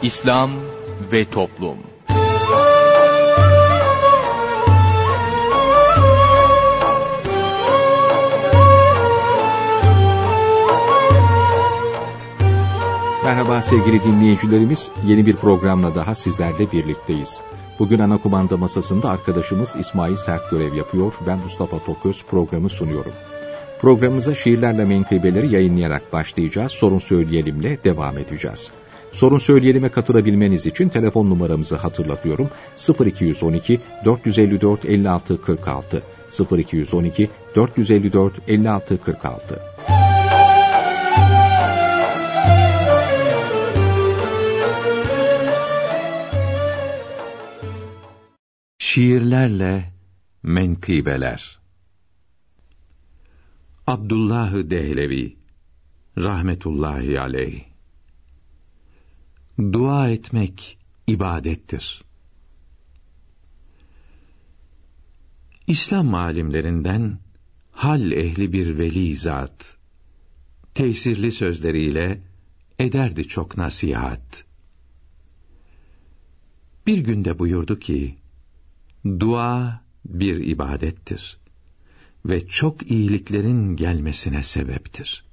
İslam ve Toplum. Merhaba sevgili dinleyicilerimiz, yeni bir programla daha sizlerle birlikteyiz. Bugün ana kumanda masasında arkadaşımız İsmail Sert görev yapıyor, ben Mustafa Toköz programı sunuyorum. Programımıza şiirlerle menkıbeleri yayınlayarak başlayacağız, sorun söyleyelimle devam edeceğiz. Sorun söyleyelim'e katılabilmeniz için telefon numaramızı hatırlatıyorum. 0212 454 56 46 0212 454 56 46. Şiirlerle menkıbeler. Abdullah-ı Dehlevi rahmetullahi aleyh. Dua etmek ibadettir. İslam alimlerinden hal ehli bir veli zat, tesirli sözleriyle ederdi çok nasihat. Bir günde buyurdu ki, dua bir ibadettir ve çok iyiliklerin gelmesine sebeptir.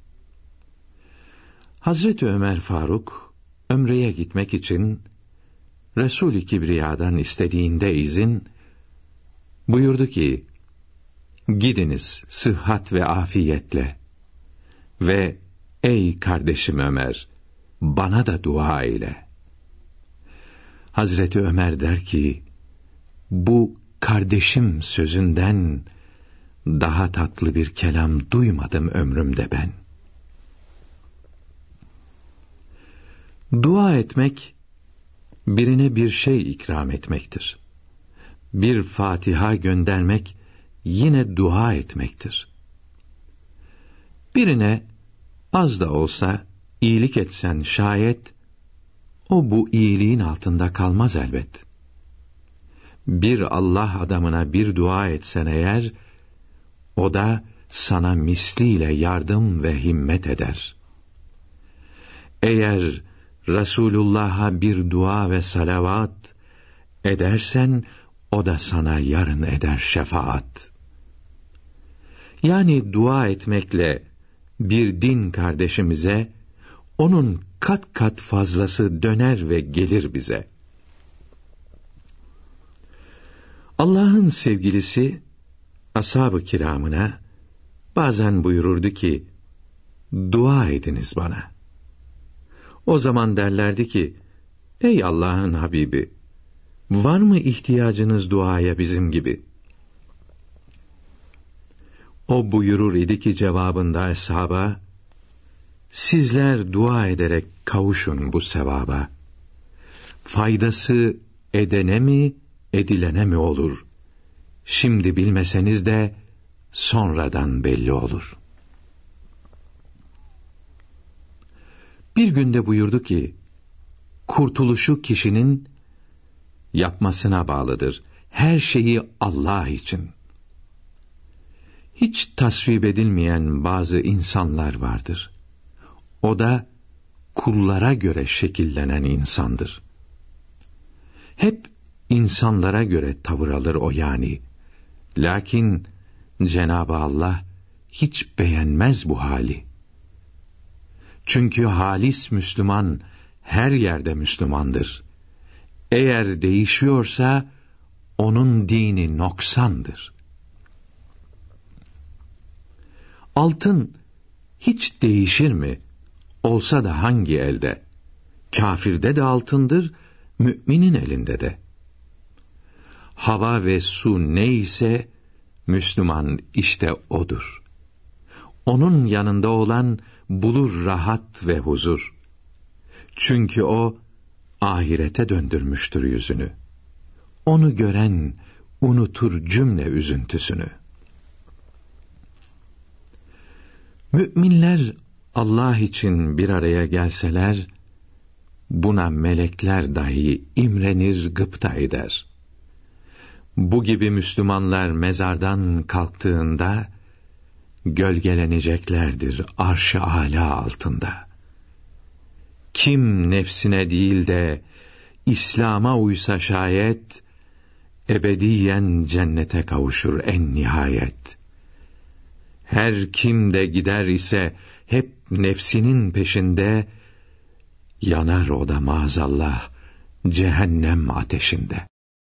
Hazreti Ömer Faruk, Ömre'ye gitmek için Resul-i Kibriya'dan istediğinde izin, buyurdu ki, gidiniz sıhhat ve afiyetle ve ey kardeşim Ömer, bana da dua eyle. Hazreti Ömer der ki, bu kardeşim sözünden daha tatlı bir kelam duymadım ömrümde ben. Dua etmek, birine bir şey ikram etmektir. Bir Fatiha göndermek, yine dua etmektir. Birine az da olsa iyilik etsen şayet, o bu iyiliğin altında kalmaz elbet. Bir Allah adamına bir dua etsen eğer, o da sana misliyle yardım ve himmet eder. Eğer Resulullah'a bir dua ve salavat edersen, o da sana yarın eder şefaat. Yani dua etmekle bir din kardeşimize, onun kat kat fazlası döner ve gelir bize. Allah'ın sevgilisi, ashab-ı kiramına bazen buyururdu ki, dua ediniz bana. O zaman derlerdi ki, ey Allah'ın Habibi, var mı ihtiyacınız duaya bizim gibi? O buyurur idi ki cevabında ashaba, sizler dua ederek kavuşun bu sevaba. Faydası edene mi, edilene mi olur? Şimdi bilmeseniz de sonradan belli olur. Bir günde buyurdu ki, kurtuluşu kişinin yapmasına bağlıdır. Her şeyi Allah için. Hiç tasvip edilmeyen bazı insanlar vardır. O da kullara göre şekillenen insandır. Hep insanlara göre tavır alır o yani. Lakin Cenab-ı Allah hiç beğenmez bu hali. Çünkü halis Müslüman her yerde Müslümandır. Eğer değişiyorsa onun dini noksandır. Altın hiç değişir mi? Olsa da hangi elde? Kâfirde de altındır, müminin elinde de. Hava ve su neyse, Müslüman işte odur. Onun yanında olan bulur rahat ve huzur. Çünkü o, ahirete döndürmüştür yüzünü. Onu gören, unutur cümle üzüntüsünü. Müminler, Allah için bir araya gelseler, buna melekler dahi imrenir, gıpta eder. Bu gibi Müslümanlar mezardan kalktığında, gölgeleneceklerdir arş-ı âlâ altında. Kim nefsine değil de İslam'a uysa şayet, ebediyen cennete kavuşur en nihayet. Her kim de gider ise hep nefsinin peşinde, yanar o da maazallah cehennem ateşinde.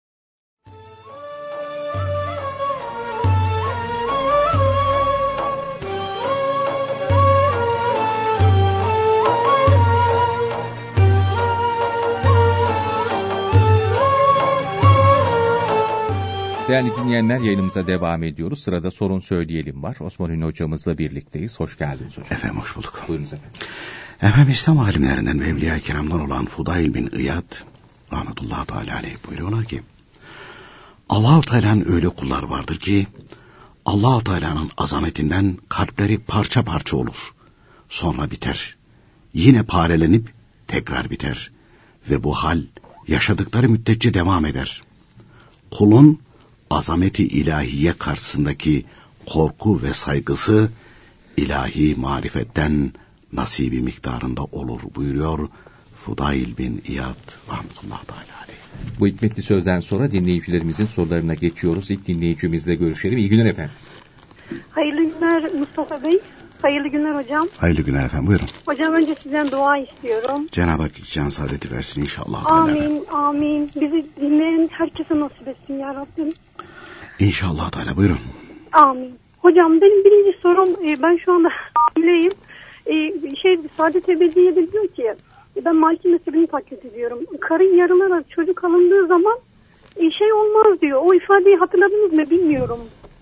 Değerli dinleyenler, yayınımıza devam ediyoruz. Sırada sorun söyleyelim var. Osman Ünlü hocamızla birlikteyiz. Hoş geldiniz hocam. Efendim hoş bulduk. Buyurunuz efendim. Efendim İslam alimlerinden ve Evliya-i Kiram'dan olan Fudayl bin İyad rahmetullahi teala aleyh buyuruyorlar ki, Allah-u Teala'nın öyle kullar vardır ki Allah-u Teala'nın azametinden kalpleri parça parça olur. Sonra biter. Yine parelenip tekrar biter. Ve bu hal yaşadıkları müddetçe devam eder. Kulun azameti ilahiye karşısındaki korku ve saygısı ilahi marifetten nasibi miktarında olur buyuruyor Fudayl bin İyad rahmetullahi teala aleyh. Bu hikmetli sözden sonra dinleyicilerimizin sorularına geçiyoruz. İlk dinleyicimizle görüşelim. İyi günler efendim. Hayırlı günler Mustafa Bey. Hayırlı günler hocam. Hayırlı günler efendim, buyurun. Hocam önce sizden dua istiyorum. Cenab-ı Hak can saadeti versin inşallah. Amin, amin. Bizi dinleyen herkese nasip etsin ya Rabbim. İnşallah Teala, buyurun. Amin. Hocam benim birinci sorum, ben şu anda hamileyim. Saadet Ebediye'de diyor ki, ben Maliki mezhebini taklit ediyorum. Karın yarılarak çocuk alındığı zaman olmaz diyor. O ifadeyi hatırladınız mı bilmiyorum.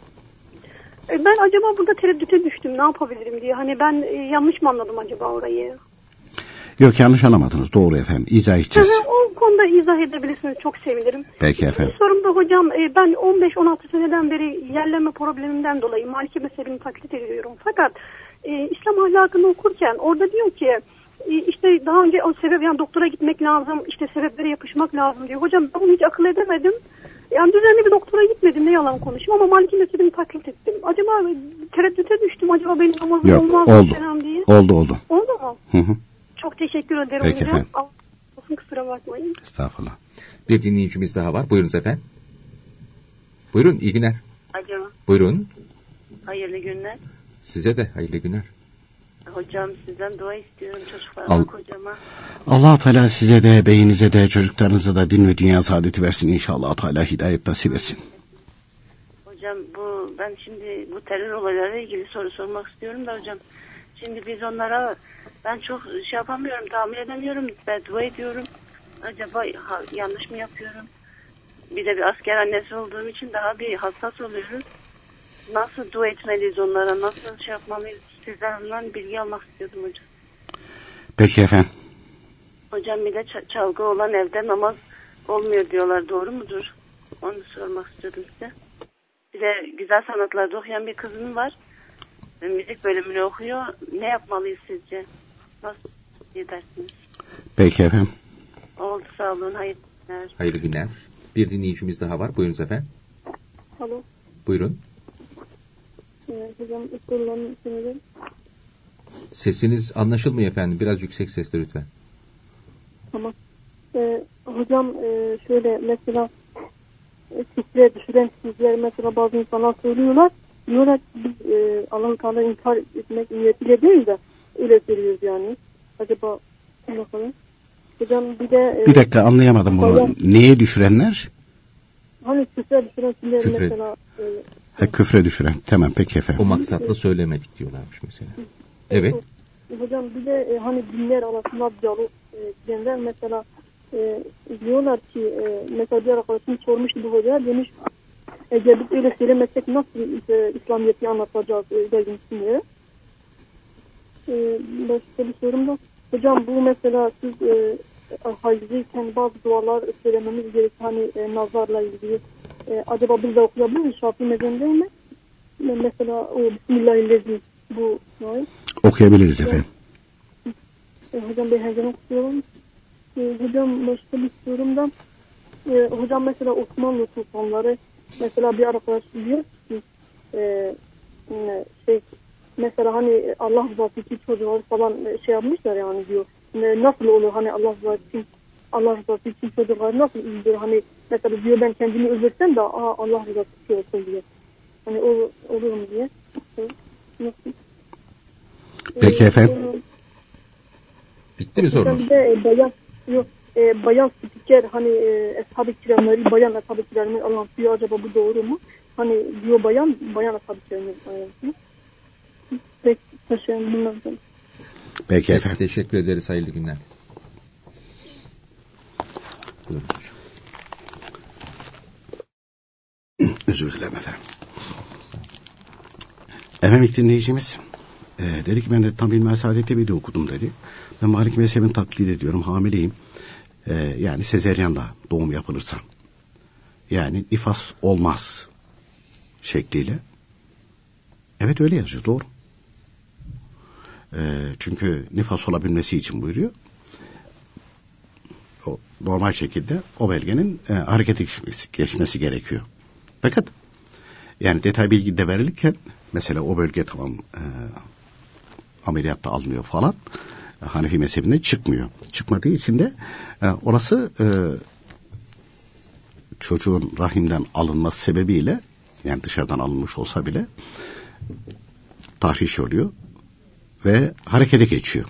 Ben acaba burada tereddüte düştüm, ne yapabilirim diye. Hani ben yanlış mı anladım acaba orayı? Yok, yanlış anlamadınız, doğru efendim, izah edeceğiz. O konuda izah edebilirsiniz, çok sevinirim. Peki efendim. Sorum da hocam, ben 15-16 seneden beri yerleme problemimden dolayı Maliki mezhebini taklit ediyorum. Fakat İslam ahlakını okurken orada diyor ki işte daha önce o sebep, yani doktora gitmek lazım, işte sebeplere yapışmak lazım diyor. Hocam ben bunu hiç akıl edemedim. Yani düzenli bir doktora gitmedim, ne yalan konuşayım, ama Maliki mezhebini taklit ettim. Acaba tereddüte düştüm, acaba benim namazım olmaz mı diye. Oldu. Oldu mu? Hı. Çok teşekkür ederim Peki hocam. Efendim. Kusura bakmayın. Estağfurullah. Bir dinleyicimiz daha var. Buyurunuz efendim. Buyurun, iyi günler. Alo. Buyurun. Hayırlı günler. Size de hayırlı günler. Hocam sizden dua istiyorum çocuklarıma, kocama. Allah Teala size de, beyinize de, çocuklarınıza da din ve dünya saadeti versin inşallah. Teala hidayet nasip etsin. Hocam ben şimdi bu terör olaylarıyla ilgili soru sormak istiyorum da hocam. Şimdi biz onlara, ben çok yapamıyorum, tahammül edemiyorum, beddua ediyorum. Acaba yanlış mı yapıyorum? Bir de bir asker annesi olduğum için daha bir hassas oluyoruz. Nasıl dua etmeliyiz onlara, nasıl yapmalıyız? Sizden ondan bilgi almak istiyordum hocam. Peki efendim. Hocam bir de çalgı olan evde namaz olmuyor diyorlar, doğru mudur? Onu sormak istiyordum size. Bir de güzel sanatlarda okuyan bir kızım var. Müzik bölümünü okuyor. Ne yapmalıyız sizce? Nasıl edersiniz? Peki efendim. Oldu, sağ olun, hayırlı günler. Hayırlı günler. Bir dinleyicimiz daha var. Buyurunuz efendim. Alo. Buyurun. Hocam sorularını istedim. Sesiniz anlaşılmıyor efendim. Biraz yüksek sesle lütfen. Tamam. Hocam şöyle mesela sizlere düşüren sizler mesela bazı insanlar söylüyorlar. Diyorlar ki biz Allah-u Teala inkar etmek niyetiyle değil de öyle söylüyoruz yani. Acaba bakalım. Hocam bir de... bir dakika, anlayamadım bunu. Hocam, neye düşürenler? Hani küfre düşüren sizler mesela... Küfre düşüren. Tamam, peki efendim. O maksatla söylemedik diyorlarmış mesela. Evet. Hocam bir de hani dinler arasında diyalog diyenler mesela diyorlar ki mesela bir arkadaşım sormuştu bu hocaya, demiş eğer biz öyle söylemezsek nasıl İslamiyet'i anlatacağız dergimsin diye. Başka bir sorum da hocam, bu mesela siz hacizeyken bazı dualar söylememiz gerekir hani nazarla ilgili. Acaba biz de okuyabilir miyiz? Şafii mezhebinde mi? Mesela o Bismillahirrahmanirrahim bu var. Okuyabiliriz efendim. Hocam ben her zaman okuyorum. Hocam başka bir sorum da hocam mesela Osmanlı sultanları mesela bir arkadaş diyor ki mesela hani Allah rızası için çocukları falan yapmışlar yani diyor. nasıl olur hani Allah rızası için çocuklar nasıl üzülür hani mesela diyor ben kendimi öldürsem de Allah rızası için olsun diye. Hani olur mu diye. Nasıl? Peki efendim. Bitti mi sorunuz? Bir de bayan spiker hani ashab-ı kiramları bayan ashab-ı kiramları anlatıyor, acaba bu doğru mu? Hani diyor bayan ashab-ı kiramları anlatıyor. Peki taşıyorum bundan sonra. Peki efendim. Teşekkür ederiz, hayırlı günler. Buyurun. Özür dilerim efendim. Efendim ilk dinleyicimiz dedi ki ben de tam ilmihal saadette bir de okudum dedi. Ben Malik mezhebini taklit ediyorum, hamileyim. Yani sezeryanla doğum yapılırsa. Yani nifas olmaz şekliyle. Evet öyle yazıyor, doğru. Çünkü nifas olabilmesi için buyuruyor. O normal şekilde o belgenin harekete geçmesi gerekiyor. Fakat yani detay bilgi de verilirken mesela o bölge tamam ameliyatta alınıyor falan. Hanefi mezhebinde çıkmıyor. Çıkmadığı için de orası çocuğun rahimden alınması sebebiyle yani dışarıdan alınmış olsa bile tahriş oluyor ve harekete geçiyor.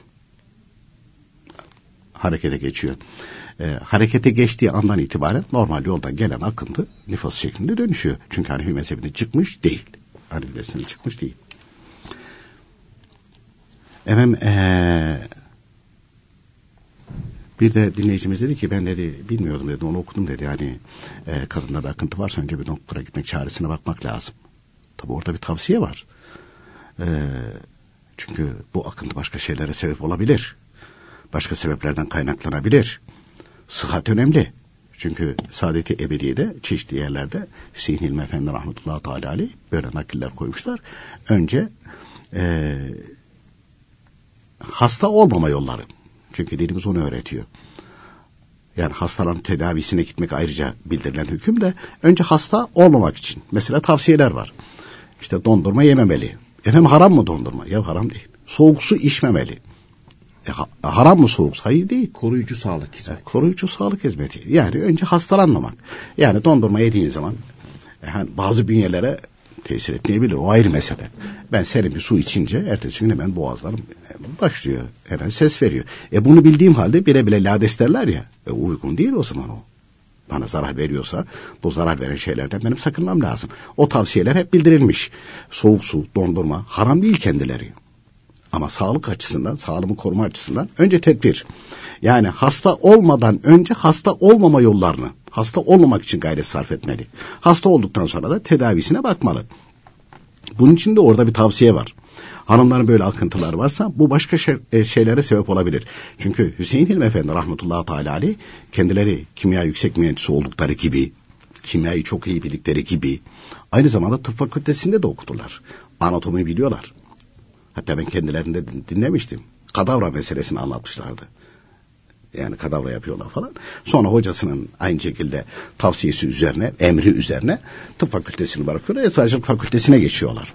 Harekete geçtiği andan itibaren normal yoldan gelen akıntı nifas şeklinde dönüşüyor. Çünkü Hanefi mezhebinde çıkmış değil. Hanefi mezhebinde çıkmış değil. Efendim bir de dinleyicimiz dedi ki ben dedi bilmiyordum dedi, onu okudum dedi. Yani kadınlarda akıntı varsa önce bir doktora gitmek, çaresine bakmak lazım. Tabi orada bir tavsiye var. Çünkü bu akıntı başka şeylere sebep olabilir. Başka sebeplerden kaynaklanabilir. Sıhhat önemli. Çünkü Saadet-i Ebediye'de çeşitli yerlerde Hüseyin Hilmi Efendi rahmetullahi teala aleyh böyle nakiller koymuşlar. Önce hasta olmama yolları. Çünkü dinimiz onu öğretiyor. Yani hastaların tedavisine gitmek ayrıca bildirilen hüküm de önce hasta olmamak için. Mesela tavsiyeler var. İşte dondurma yememeli. Efendim haram mı dondurma? Ya haram değil. Soğuk su içmemeli. Haram mı soğuk su? Hayır değil. Koruyucu sağlık hizmeti. Koruyucu sağlık hizmeti. Yani önce hastalanmamak. Yani dondurma yediğin zaman bazı bünyelere tesir etmeyebilir. O ayrı mesele. Ben serin bir su içince ertesi gün hemen boğazlarım başlıyor. Hemen ses veriyor. Bunu bildiğim halde bile lades derler ya. Uygun değil o zaman o. Bana zarar veriyorsa bu zarar veren şeylerden benim sakınmam lazım. O tavsiyeler hep bildirilmiş. Soğuk su, dondurma haram değil kendileri. Ama sağlık açısından, sağlığımı koruma açısından önce tedbir. Yani hasta olmadan önce hasta olmama yollarını, hasta olmamak için gayret sarf etmeli. Hasta olduktan sonra da tedavisine bakmalı. Bunun için de orada bir tavsiye var. Hanımların böyle akıntılar varsa bu başka şeylere sebep olabilir. Çünkü Hüseyin Hilmi Efendi rahmetullahi teala aleyh kendileri kimya yüksek mühendisi oldukları gibi, kimyayı çok iyi bildikleri gibi aynı zamanda tıp fakültesinde de okudular. Anatomi biliyorlar. Hatta ben kendilerinde dinlemiştim. Kadavra meselesini anlatmışlardı. Yani kadavra yapıyorlar falan. Sonra hocasının aynı şekilde tavsiyesi üzerine, emri üzerine tıp fakültesini bırakıyorlar. Eczacılık fakültesine geçiyorlar.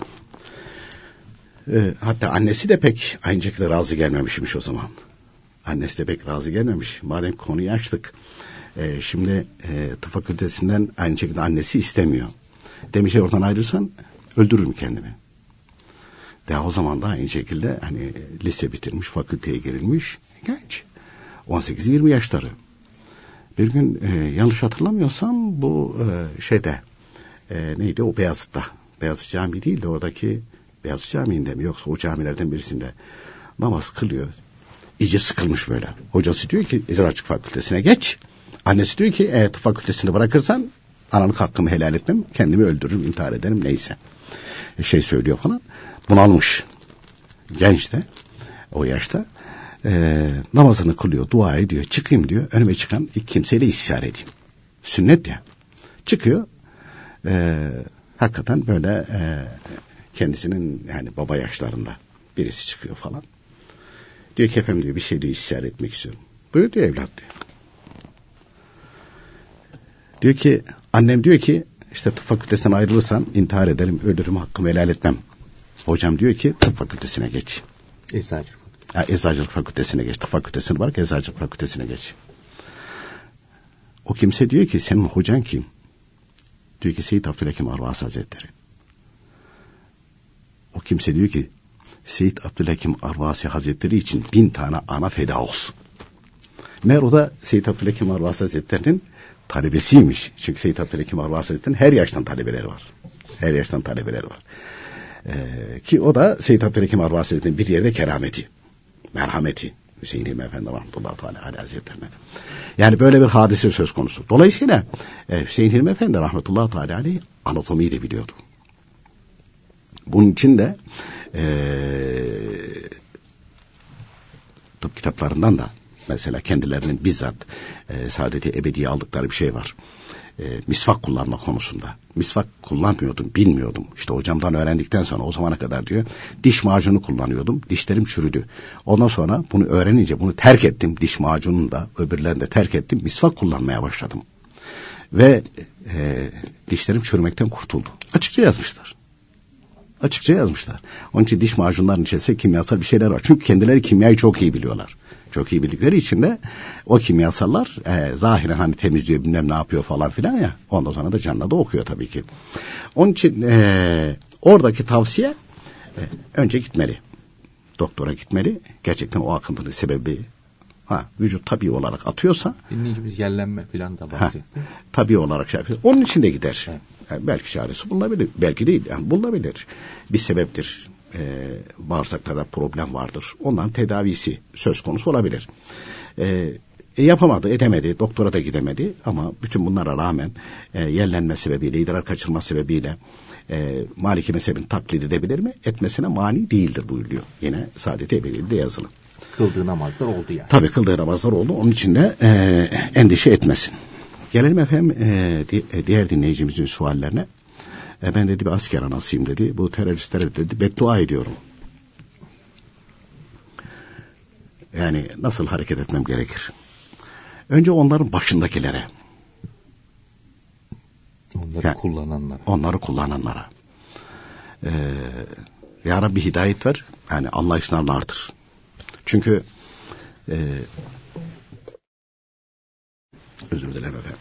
Hatta annesi de pek aynı şekilde razı gelmemişmiş o zaman. Annesi de pek razı gelmemiş. Madem konuyu açtık. Şimdi tıp fakültesinden aynı şekilde annesi istemiyor. Demişler oradan ayrılsan öldürürüm kendimi. Daha o zaman da aynı şekilde hani lise bitirmiş, fakülteye girilmiş genç. 18-20 yaşları. Bir gün yanlış hatırlamıyorsam bu neydi o Beyazıt'ta. Beyazıt Camii değil de oradaki Beyazıt Camii'nde mi yoksa o camilerden birisinde namaz kılıyor. İyice sıkılmış böyle. Hocası diyor ki Eczacılık Fakültesine geç. Annesi diyor ki tıp fakültesini bırakırsan analık hakkımı helal etmem. Kendimi öldürürüm, intihar ederim neyse. Söylüyor falan. Bunalmış. Genç de o yaşta namazını kılıyor, dua ediyor. Çıkayım diyor. Önüme çıkan ilk kimseyle istişare edeyim. Sünnet ya. Çıkıyor. Hakikaten böyle kendisinin yani baba yaşlarında birisi çıkıyor falan. Diyor ki efendim diyor bir şey diyor istişare etmek istiyorum. Buyur diyor evlat diyor. Diyor ki annem diyor ki işte tıp fakültesinden ayrılırsan intihar ederim, ölürüm, hakkımı helal etmem. Hocam diyor ki tıp fakültesine geç. Eczacılık fakültesine geç. Tıp fakültesine bırak, eczacılık fakültesine geç. O kimse diyor ki senin hocan kim? Diyor ki Seyyid Abdülhakim Arvasi Hazretleri. O kimse diyor ki Seyyid Abdülhakim Arvasi Hazretleri için 1000 tane ana feda olsun. Meğer o da Seyyid Abdülhakim Arvasi Hazretleri'nin talebesiymiş. Çünkü Seyyid Abdülhakim Arvasi Hazretleri'nin her yaştan talebeleri var. Her yaştan talebeleri var. Ki o da Seyyid Abdülhakim Arvasi Hazretleri'nin bir yerde kerameti, merhameti. Hüseyin Hilmi Efendi rahmetullahi teala aleyhi hazretlerine. Yani böyle bir hadise söz konusu. Dolayısıyla Hüseyin Hilmi Efendi rahmetullahi teala aleyhi anatomiyi de biliyordu. Bunun için de tıp kitaplarından da mesela kendilerinin bizzat saadeti ebediye aldıkları bir şey var. Misvak kullanma konusunda. Misvak kullanmıyordum, bilmiyordum. İşte hocamdan öğrendikten sonra o zamana kadar diyor, diş macunu kullanıyordum, dişlerim çürüdü. Ondan sonra bunu öğrenince bunu terk ettim, diş macununu da öbürlerini de terk ettim, misvak kullanmaya başladım. Ve dişlerim çürümekten kurtuldu. Açıkça yazmışlar. Açıkça yazmışlar. Onun için diş macunlarının içerisinde kimyasal bir şeyler var. Çünkü kendileri kimyayı çok iyi biliyorlar. Çok iyi bildikleri için de o kimyasallar zahiren hani temizliyor, bilmem ne yapıyor falan filan ya. Ondan sonra da canına da okuyor tabii ki. Onun için oradaki tavsiye önce gitmeli. Doktora gitmeli. Gerçekten o akıntının sebebi vücut tabii olarak atıyorsa. Dinleyicimiz yerlenme filan da bahsetti. Tabii olarak şey yapıyor. Onun için de gider. Evet. Yani belki çaresi bulunabilir. Belki değil. Yani bulunabilir. Bir sebeptir. Bağırsaklarda problem vardır. Onların tedavisi söz konusu olabilir. Yapamadı, edemedi, doktora da gidemedi ama bütün bunlara rağmen yerlenme sebebiyle, idrar kaçırma sebebiyle Maliki mezhebini taklit edebilir mi? Etmesine mani değildir buyuruyor. Yine Saadet-i Ebediye'de yazılı. Kıldığı namazlar oldu yani. Tabii kıldığı namazlar oldu. Onun için de endişe etmesin. Gelelim efendim diğer dinleyicimizin suallerine. Ben dedi bir asker anasıyım dedi. Bu teröristlere dedi beddua ediyorum. Yani nasıl hareket etmem gerekir? Önce onların başındakilere. Onları kullananlara. Ya Rabbi hidayet ver. Yani anlayışlarını artır. Çünkü özür dilerim efendim.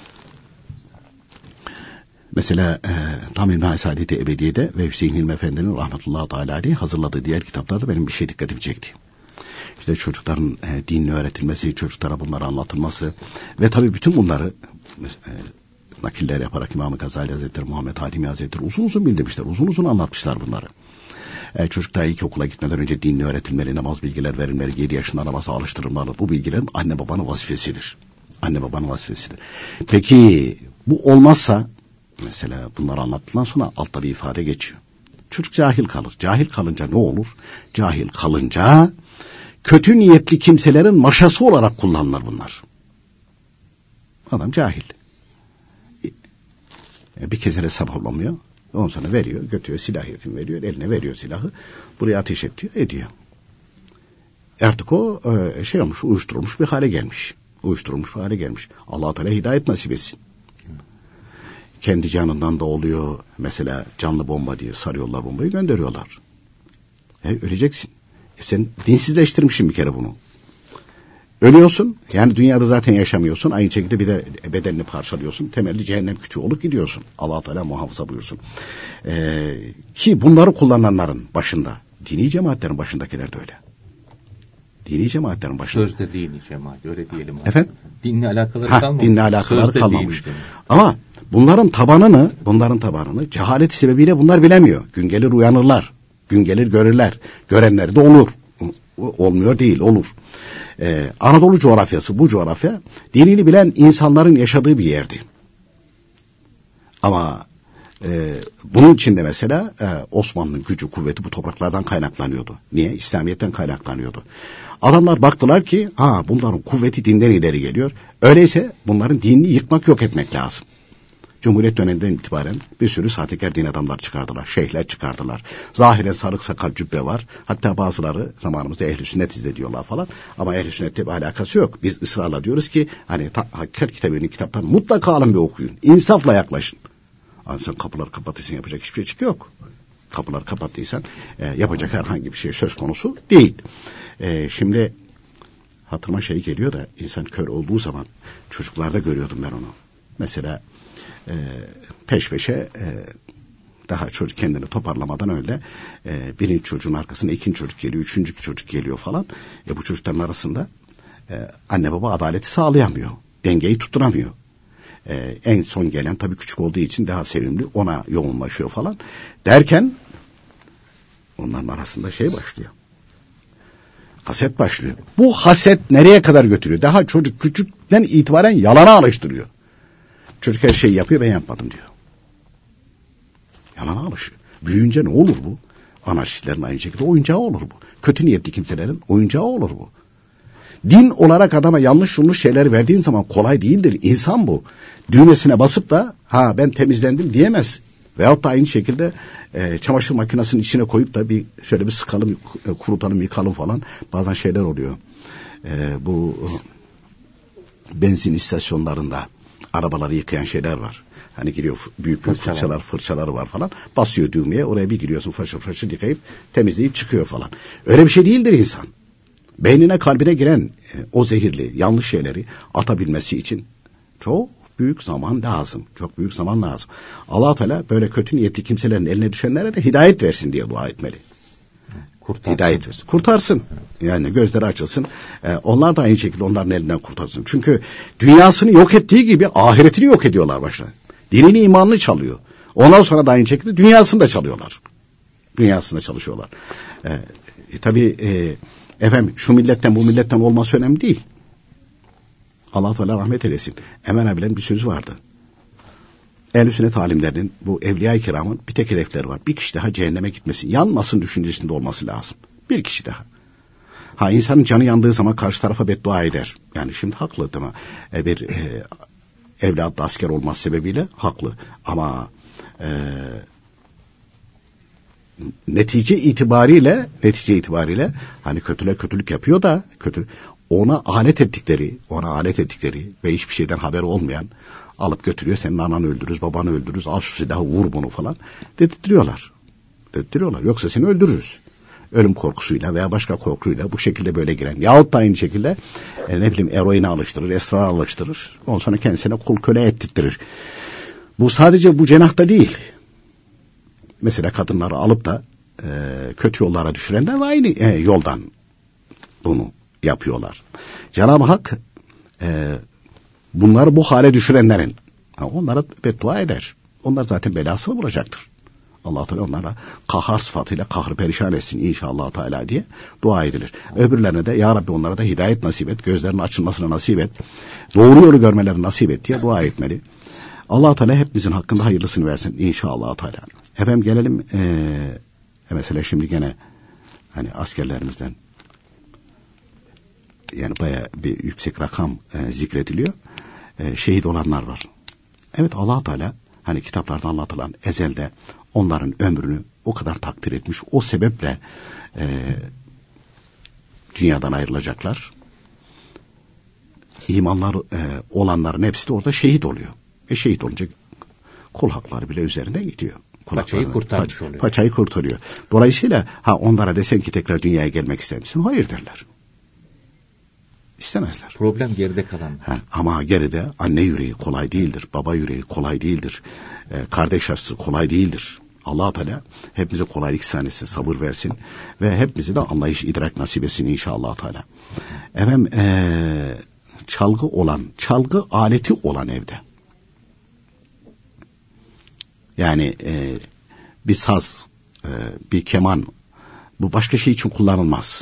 Mesela tam İlmi Saadet-i Ebediye'de ve Hüseyin Hilmi Efendi'nin rahmetullahi teala aleyhi hazırladığı diğer kitaplarda benim bir şey dikkatimi çekti. İşte çocukların dinini öğretilmesi, çocuklara bunları anlatılması ve tabii bütün bunları nakiller yaparak İmam-ı Gazali Hazretleri, Muhammed Hatimi Hazretleri uzun uzun bildirmişler, uzun uzun anlatmışlar bunları. Çocuk daha ilkokula gitmeden önce dinini öğretilmeli, namaz bilgiler verilmeli, 7 yaşında namaza alıştırılmalı. Bu bilgilerin anne babanın vazifesidir. Anne babanın vazifesidir. Peki bu olmazsa mesela bunları anlattıktan sonra altta bir ifade geçiyor. Çocuk cahil kalır. Cahil kalınca ne olur? Cahil kalınca kötü niyetli kimselerin maşası olarak kullanılır bunlar. Adam cahil. Bir kez hesaplamıyor. Ondan sonra veriyor, götürüyor, silah yetim veriyor, eline veriyor silahı. Buraya ateş ediyor. Artık o şey olmuş, uyuşturulmuş bir hale gelmiş. Uyuşturulmuş bir hale gelmiş. Allah-u Teala hidayet nasip etsin. Kendi canından da oluyor. Mesela canlı bomba diye sarıyorlar, bombayı gönderiyorlar. Öleceksin. Sen dinsizleştirmişsin bir kere bunu. Ölüyorsun. Yani dünyada zaten yaşamıyorsun. Aynı şekilde bir de bedenini parçalıyorsun. Temelli cehennem kütüğü olup gidiyorsun. Allah-u Teala muhafaza buyursun. Ki bunları kullananların başında, dini cemaatlerin başındakiler de öyle. Dini cemaatlerin başında. Sözde dini cemaat, öyle diyelim. Efendim? Dinle alakaları kalmamış. Dinle alakaları kalmamış. Ama bunların tabanını cehalet sebebiyle bunlar bilemiyor. Gün gelir uyanırlar. Gün gelir görürler. Görenler de olur. Olmuyor değil, olur. Anadolu coğrafyası, bu coğrafya dinini bilen insanların yaşadığı bir yerdi. Ama bunun içinde mesela Osmanlı'nın gücü, kuvveti bu topraklardan kaynaklanıyordu. Niye? İslamiyet'ten kaynaklanıyordu. Adamlar baktılar ki bunların kuvveti dinden ileri geliyor. Öyleyse bunların dinini yıkmak, yok etmek lazım. Cumhuriyet döneminden itibaren bir sürü sahtekar din adamlar çıkardılar. Şeyhler çıkardılar. Zahiren sarık sakal cübbe var. Hatta bazıları zamanımızda ehl-i sünnet izlediyorlar falan. Ama ehl-i sünnetle bir alakası yok. Biz ısrarla diyoruz ki hani hakikat kitabının kitaplarını mutlaka alın ve okuyun. İnsafla yaklaşın. Abi sen kapıları kapatırsın, yapacak hiçbir şey yok. kapıları kapattıysan yapacak herhangi bir şey söz konusu değil. Şimdi hatırıma şey geliyor da insan kör olduğu zaman çocuklarda görüyordum ben onu. Mesela peş peşe daha çocuk kendini toparlamadan öyle birinci çocuğun arkasına ikinci çocuk geliyor, üçüncü çocuk geliyor falan. Bu çocukların arasında anne baba adaleti sağlayamıyor. Dengeyi tutturamıyor. En son gelen tabii küçük olduğu için daha sevimli, ona yoğunlaşıyor falan. Derken onların arasında şey başlıyor. Haset başlıyor. Bu haset nereye kadar götürüyor? Daha çocuk küçükten itibaren yalana alıştırıyor. Çocuk her şeyi yapıyor, ben yapmadım diyor. Yalana alışıyor. Büyüyünce ne olur bu? Anarşistlerin aynı şekilde oyuncağı olur bu. Kötü niyetli kimselerin oyuncağı olur bu. Din olarak adama yanlış şeyler verdiğin zaman kolay değildir. İnsan bu. Düğmesine basıp da ben temizlendim diyemez. Veyahut da aynı şekilde çamaşır makinesinin içine koyup da şöyle bir sıkalım, kurutalım, yıkalım falan. Bazen şeyler oluyor. Bu benzin istasyonlarında arabaları yıkayan şeyler var. Hani giriyor büyük fırçalar var falan. Basıyor düğmeye, oraya bir giriyorsun, fırça yıkayıp temizleyip çıkıyor falan. Öyle bir şey değildir insan. Beynine, kalbine giren o zehirli, yanlış şeyleri atabilmesi için çok büyük zaman lazım. Çok büyük zaman lazım. Allah Teala böyle kötü niyetli kimselerin eline düşenlere de hidayet versin diye dua etmeli. Hidayet versin. Kurtarsın. Yani gözleri açılsın. Onlar da aynı şekilde onların elinden kurtarsın. Çünkü dünyasını yok ettiği gibi ahiretini yok ediyorlar başta. Dinini, imanını çalıyor. Ondan sonra da aynı şekilde dünyasını da çalıyorlar. Dünyasında çalışıyorlar. Tabii efendim şu milletten bu milletten olması önemli değil. Allah Teala rahmet eylesin. Emen abilerin bir sözü vardı. Ehl-i sünnet alimlerinin, bu evliya-i kiramın bir tek hedefleri var. Bir kişi daha cehenneme gitmesin, yanmasın düşüncesinde olması lazım. Bir kişi daha. İnsanın canı yandığı zaman karşı tarafa beddua eder. Yani şimdi haklı değil mi? Bir evladı asker olması sebebiyle haklı. Ama netice itibariyle hani kötülük yapıyor da ona alet ettikleri ve hiçbir şeyden haberi olmayan alıp götürüyor, senin ananı öldürürüz, babanı öldürürüz, al şu silahı vur bunu falan dedirtiyorlar. Yoksa seni öldürürüz. Ölüm korkusuyla veya başka korkuyla bu şekilde böyle giren. Yahut da aynı şekilde eroine alıştırır, esrar alıştırır. Ondan sonra kendisine kul köle ettirtir. Bu sadece bu cenahta değil. Mesela kadınları alıp da kötü yollara düşürenler ve aynı yoldan bunu yapıyorlar. Cenab-ı Hak bunları bu hale düşürenlerin onlara beddua eder. Onlar zaten belasını bulacaktır. Allah Teala onlara kahhar sıfatıyla kahrı perişan etsin inşallah Teala diye dua edilir. Öbürlerine de ya Rabbi onlara da hidayet nasip et, gözlerinin açılmasını nasip et, doğru yolu görmelerini nasip et diye dua etmeli. Allah Teala hepimizin hakkında hayırlısını versin inşallah Teala. Efendim gelelim mesela şimdi gene hani askerlerimizden yani bayağı bir yüksek rakam zikrediliyor. Şehit olanlar var. Evet Allah Teala hani kitaplarda anlatılan ezelde onların ömrünü o kadar takdir etmiş. O sebeple dünyadan ayrılacaklar. İmanlar olanların hepsi de orada şehit oluyor. Şehit olunca kul hakları bile üzerinden gidiyor. Paçayı kurtarmış oluyor. Paçayı kurtarıyor. Dolayısıyla onlara desen ki tekrar dünyaya gelmek ister misin? Hayır derler. İstemezler. Problem geride kalan. Ama geride anne yüreği kolay değildir. Baba yüreği kolay değildir. Kardeş acısı kolay değildir. Allah Teala hepimize kolaylık ihsan etsin, sabır versin ve hepimize de anlayış, idrak nasip etsin inşallah Teala. Efendim çalgı aleti olan evde. Yani bir saz, bir keman, bu başka şey için kullanılmaz.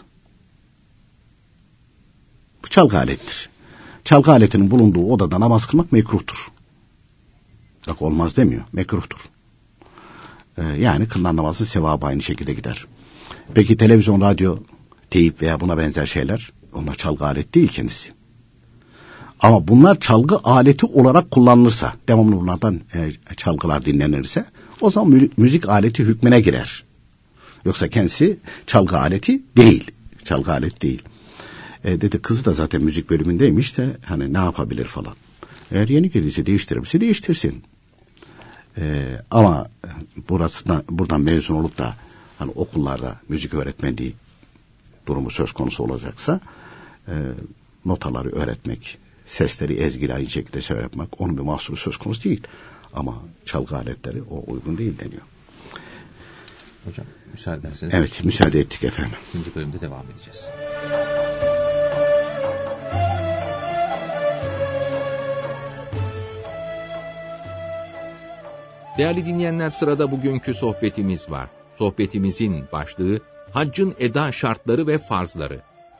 Bu çalgı alettir. Çalgı aletinin bulunduğu odada namaz kılmak mekruhtur. Bak olmaz demiyor, mekruhtur. Yani kılınan namazın sevabı aynı şekilde gider. Peki televizyon, radyo, teyip veya buna benzer şeyler, onlar çalgı alet değil kendisi. Ama bunlar çalgı aleti olarak kullanılırsa, devamlı bunlardan çalgılar dinlenirse, o zaman müzik aleti hükmüne girer. Yoksa kendisi çalgı aleti değil. Çalgı alet değil. Dedi kızı da zaten müzik bölümündeymiş de hani ne yapabilir falan. Eğer yeni girdiyse değiştirirse değiştirsin. Ama buradan mezun olup da hani okullarda müzik öğretmenliği durumu söz konusu olacaksa notaları öğretmek, sesleri ezgili aynı şekilde söylemek, onun bir mahsuru söz konusu değil. Ama çalgı aletleri o uygun değil deniyor. Hocam müsaade ederseniz. Evet, müsaade ettik efendim. İkinci bölümde devam edeceğiz. Değerli dinleyenler, sırada bugünkü sohbetimiz var. Sohbetimizin başlığı haccın eda şartları ve farzları.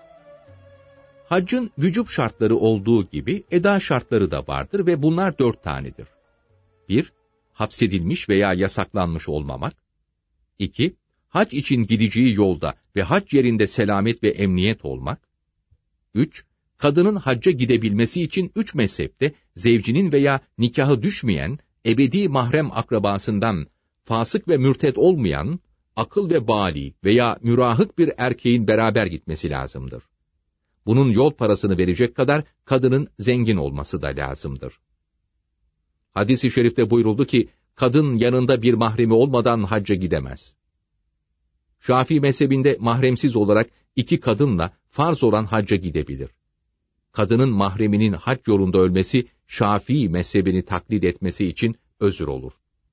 Haccın vücub şartları olduğu gibi eda şartları da vardır ve bunlar 4 tanedir. 1. Hapsedilmiş veya yasaklanmış olmamak. 2. Hac için gideceği yolda ve hac yerinde selamet ve emniyet olmak. 3. Kadının hacca gidebilmesi için 3 mezhepte zevcinin veya nikahı düşmeyen, ebedi mahrem akrabasından fasık ve mürted olmayan, akıl ve bali veya mürahık bir erkeğin beraber gitmesi lazımdır. Bunun yol parasını verecek kadar kadının zengin olması da lazımdır. Hadis-i şerifte buyuruldu ki, kadın yanında bir mahremi olmadan hacca gidemez. Şafii mezhebinde mahremsiz olarak 2 kadınla farz olan hacca gidebilir. Kadının mahreminin hac yolunda ölmesi, Şafii mezhebini taklit etmesi için özür olur.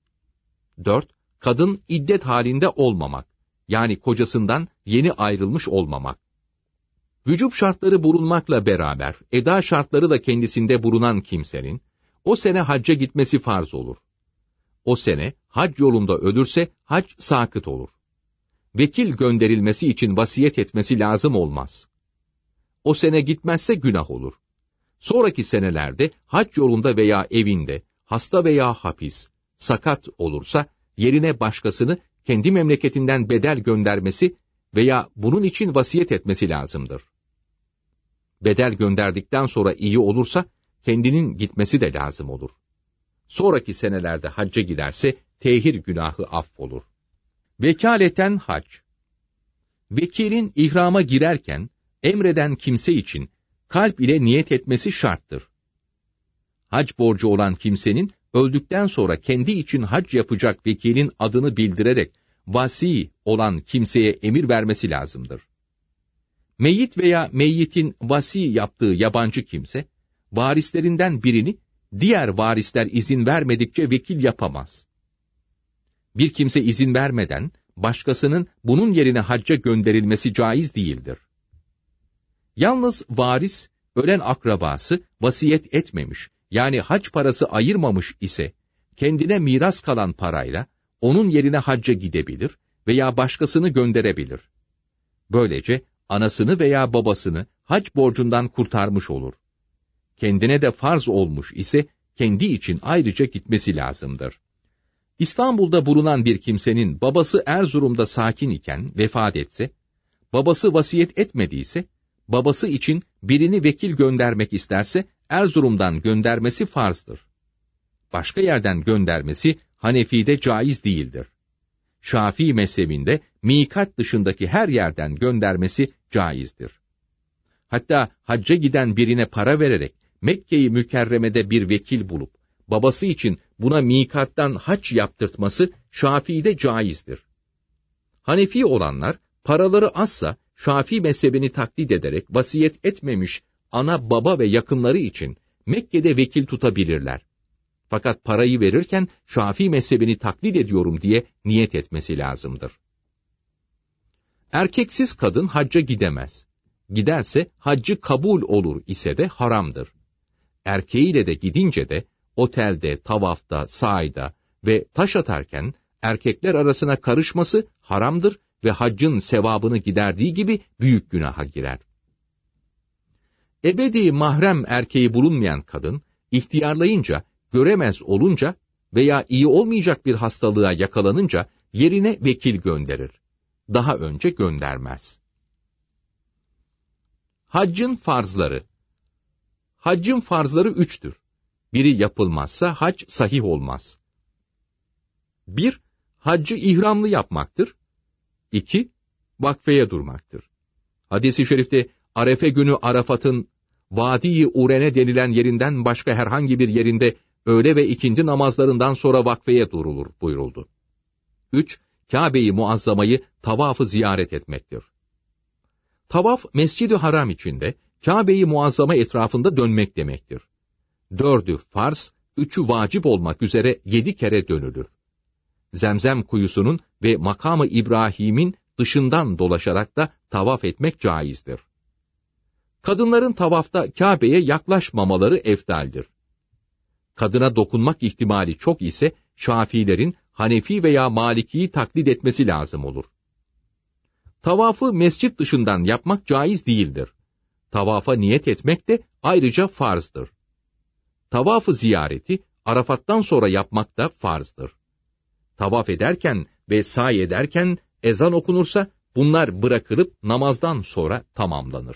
4. Kadın iddet halinde olmamak, yani kocasından yeni ayrılmış olmamak. Vücub şartları bulunmakla beraber, eda şartları da kendisinde bulunan kimsenin, o sene hacca gitmesi farz olur. O sene hac yolunda ölürse hac sakıt olur. Vekil gönderilmesi için vasiyet etmesi lazım olmaz. O sene gitmezse günah olur. Sonraki senelerde hac yolunda veya evinde, hasta veya hapis, sakat olursa, yerine başkasını kendi memleketinden bedel göndermesi veya bunun için vasiyet etmesi lazımdır. Bedel gönderdikten sonra iyi olursa, kendinin gitmesi de lazım olur. Sonraki senelerde hacca giderse, tehir günahı affolur. Vekaleten hac. Vekilin ihrama girerken, emreden kimse için kalp ile niyet etmesi şarttır. Hac borcu olan kimsenin, öldükten sonra kendi için hac yapacak vekilin adını bildirerek, vasi olan kimseye emir vermesi lazımdır. Meyyit veya meyyitin vasi yaptığı yabancı kimse, varislerinden birini, diğer varisler izin vermedikçe vekil yapamaz. Bir kimse izin vermeden, başkasının bunun yerine hacca gönderilmesi caiz değildir. Yalnız varis, ölen akrabası vasiyet etmemiş, yani hac parası ayırmamış ise, kendine miras kalan parayla, onun yerine hacca gidebilir veya başkasını gönderebilir. Böylece, anasını veya babasını hac borcundan kurtarmış olur. Kendine de farz olmuş ise, kendi için ayrıca gitmesi lazımdır. İstanbul'da bulunan bir kimsenin babası Erzurum'da sakin iken vefat etse, babası vasiyet etmediyse, babası için birini vekil göndermek isterse, Erzurum'dan göndermesi farzdır. Başka yerden göndermesi, Hanefi'de caiz değildir. Şafii mezhebinde, mikat dışındaki her yerden göndermesi caizdir. Hatta hacca giden birine para vererek, Mekke-i Mükerreme'de bir vekil bulup, babası için buna mikattan hac yaptırtması Şafii'de caizdir. Hanefi olanlar, paraları azsa, Şafii mezhebini taklit ederek vasiyet etmemiş ana, baba ve yakınları için Mekke'de vekil tutabilirler. Fakat parayı verirken Şafii mezhebini taklit ediyorum diye niyet etmesi lazımdır. Erkeksiz kadın hacca gidemez. Giderse haccı kabul olur ise de haramdır. Erkeğiyle de gidince de otelde, tavafta, sa'yda ve taş atarken erkekler arasına karışması haramdır ve haccın sevabını giderdiği gibi büyük günaha girer. Ebedi mahrem erkeği bulunmayan kadın, ihtiyarlayınca, göremez olunca veya iyi olmayacak bir hastalığa yakalanınca yerine vekil gönderir. Daha önce göndermez. Haccın farzları. Haccın farzları 3'tür. Biri yapılmazsa hac sahih olmaz. 1. Haccı ihramlı yapmaktır. 2. Vakfeye durmaktır. Hadis-i şerifte, Arefe günü Arafat'ın Vadi-i Urene denilen yerinden başka herhangi bir yerinde öğle ve ikindi namazlarından sonra vakfeye durulur buyuruldu. 3. Kabe-i Muazzama'yı tavafı ziyaret etmektir. Tavaf, Mescid-i Haram içinde Kabe-i Muazzama etrafında dönmek demektir. 4'ü farz, 3'ü vacip olmak üzere 7 kere dönülür. Zemzem kuyusunun ve makamı İbrahim'in dışından dolaşarak da tavaf etmek caizdir. Kadınların tavafta Kabe'ye yaklaşmamaları eftaldir. Kadına dokunmak ihtimali çok ise Şafiilerin Hanefi veya Maliki'yi taklit etmesi lazım olur. Tavafı mescit dışından yapmak caiz değildir. Tavafa niyet etmek de ayrıca farzdır. Tavafı ziyareti Arafat'tan sonra yapmak da farzdır. Tavaf ederken ve sa'i ederken ezan okunursa bunlar bırakılıp namazdan sonra tamamlanır.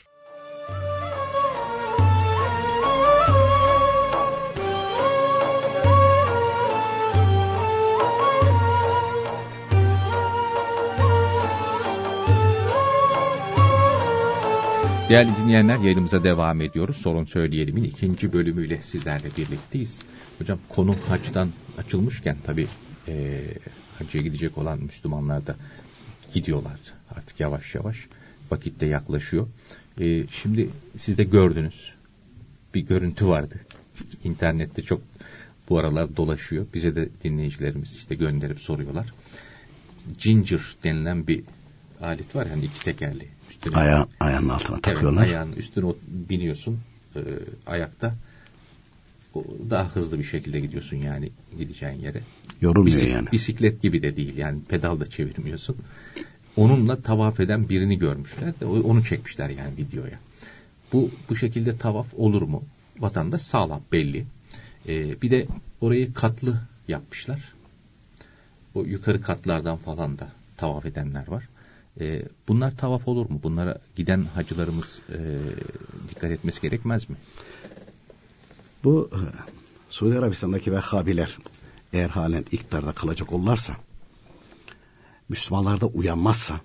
Değerli dinleyenler, yayınımıza devam ediyoruz. Sorun Söyleyelim'in 2. bölümüyle sizlerle birlikteyiz. Hocam, konu hacdan açılmışken tabii hacca gidecek olan Müslümanlar da gidiyorlar artık yavaş yavaş. Vakit de yaklaşıyor. Şimdi siz de gördünüz. Bir görüntü vardı. İnternette çok bu aralar dolaşıyor. Bize de dinleyicilerimiz işte gönderip soruyorlar. Ginger denilen bir alet var, hani 2 tekerli. Ayağının altına takıyorlar. Evet, ayağının üstüne biniyorsun ayakta. Daha hızlı bir şekilde gidiyorsun yani gideceğin yere. Yorulmuyor yani. Bisiklet gibi de değil yani, pedal da çevirmiyorsun. Onunla tavaf eden birini görmüşler de onu çekmişler yani videoya. Bu şekilde tavaf olur mu? Vatandaş sağlam, belli. Bir de orayı katlı yapmışlar. O yukarı katlardan falan da tavaf edenler var. Bunlar tavaf olur mu? Bunlara giden hacılarımız dikkat etmesi gerekmez mi? Bu Suudi Arabistan'daki Vehhabiler eğer halen iktidarda kalacak olurlarsa, Müslümanlar da uyanmazsa,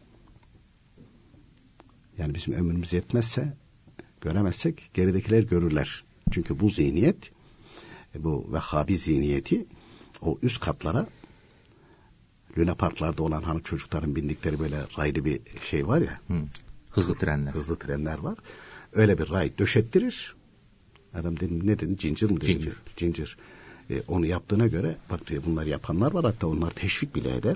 yani bizim ömrümüz yetmezse, göremezsek geridekiler görürler. Çünkü bu zihniyet, bu Vehhabi zihniyeti o üst katlara, Luna Parklarda olan hani çocukların bindikleri böyle raylı bir şey var ya. Hızlı trenler. Hızlı trenler var. Öyle bir ray döşettirir. Adam dedi, ne dedi? Ginger mı dedi? Ginger. Onu yaptığına göre bak diyor, bunlar yapanlar var, hatta onlar teşvik bile eder.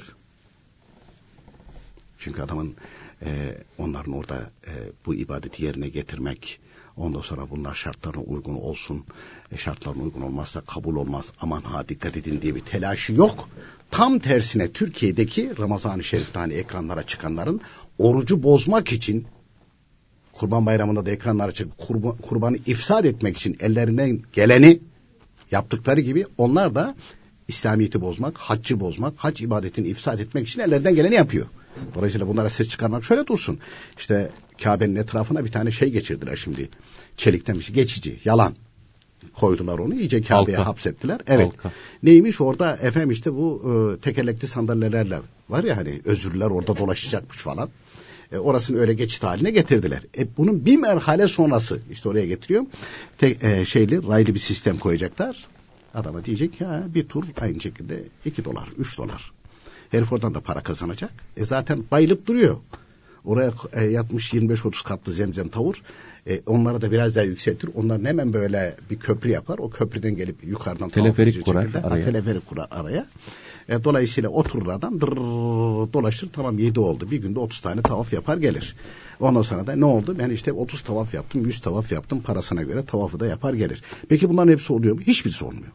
Çünkü adamın onların orada bu ibadeti yerine getirmek, ondan sonra bunlar şartlarına uygun olsun, şartlarına uygun olmazsa kabul olmaz, aman ha dikkat edin diye bir telaşı yok. Tam tersine Türkiye'deki Ramazan-ı Şerif'te hani ekranlara çıkanların orucu bozmak için, Kurban Bayramı'nda da ekranlara çıkıp kurbanı ifsad etmek için ellerinden geleni yaptıkları gibi onlar da İslamiyet'i bozmak, haccı bozmak, hac ibadetini ifsad etmek için ellerinden geleni yapıyor. Dolayısıyla bunlara ses çıkarmak şöyle dursun. İşte Kabe'nin etrafına bir tane şey geçirdiler şimdi. Çelikten bir şey, geçici, yalan. Koydular onu, iyice Kabe'ye hapsettiler. Evet. Halka. Neymiş orada efendim, işte bu tekerlekli sandalyelerle var ya hani, özürler orada dolaşacakmış falan. Orasını öyle geçit haline getirdiler. Bunun bir merhale sonrası işte oraya getiriyor. Raylı bir sistem koyacaklar. Adama diyecek ya bir tur aynı şekilde $2, $3. Herif oradan da para kazanacak. Zaten bayılıp duruyor. Oraya yatmış 25-30 katlı zemzem tavır. Onlara da biraz daha yükseltir. Onların hemen böyle bir köprü yapar. O köprüden gelip yukarıdan teleferik kurar araya. Teleferik kurar araya. Dolayısıyla oturur adam, dolaşır, tamam 7 oldu. Bir günde 30 tane tavaf yapar gelir. Ondan sonra da ne oldu? Ben işte 30 tavaf yaptım, 100 tavaf yaptım, parasına göre tavafı da yapar gelir. Peki bunların hepsi oluyor mu? Hiçbirisi olmuyor.